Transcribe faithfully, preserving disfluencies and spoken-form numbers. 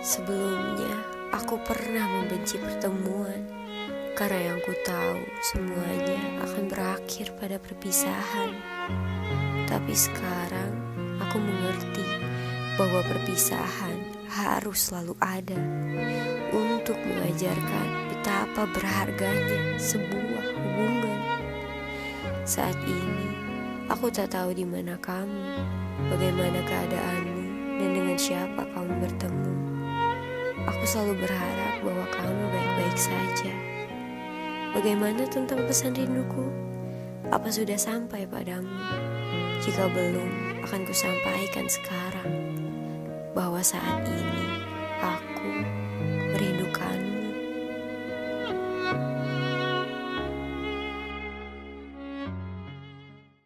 Sebelumnya, aku pernah membenci pertemuan karena yang ku tahu semuanya akan berakhir pada perpisahan. Tapi sekarang aku mengerti bahwa perpisahan harus selalu ada untuk mengajarkan betapa berharganya sebuah hubungan. Saat ini, aku tak tahu di mana kamu, bagaimana keadaanmu, dan dengan siapa kamu bertemu. Aku selalu berharap bahwa kamu baik-baik saja. Bagaimana tentang pesan rinduku? Apa sudah sampai padamu? Jika belum, akan kusampaikan sekarang bahwa saat ini aku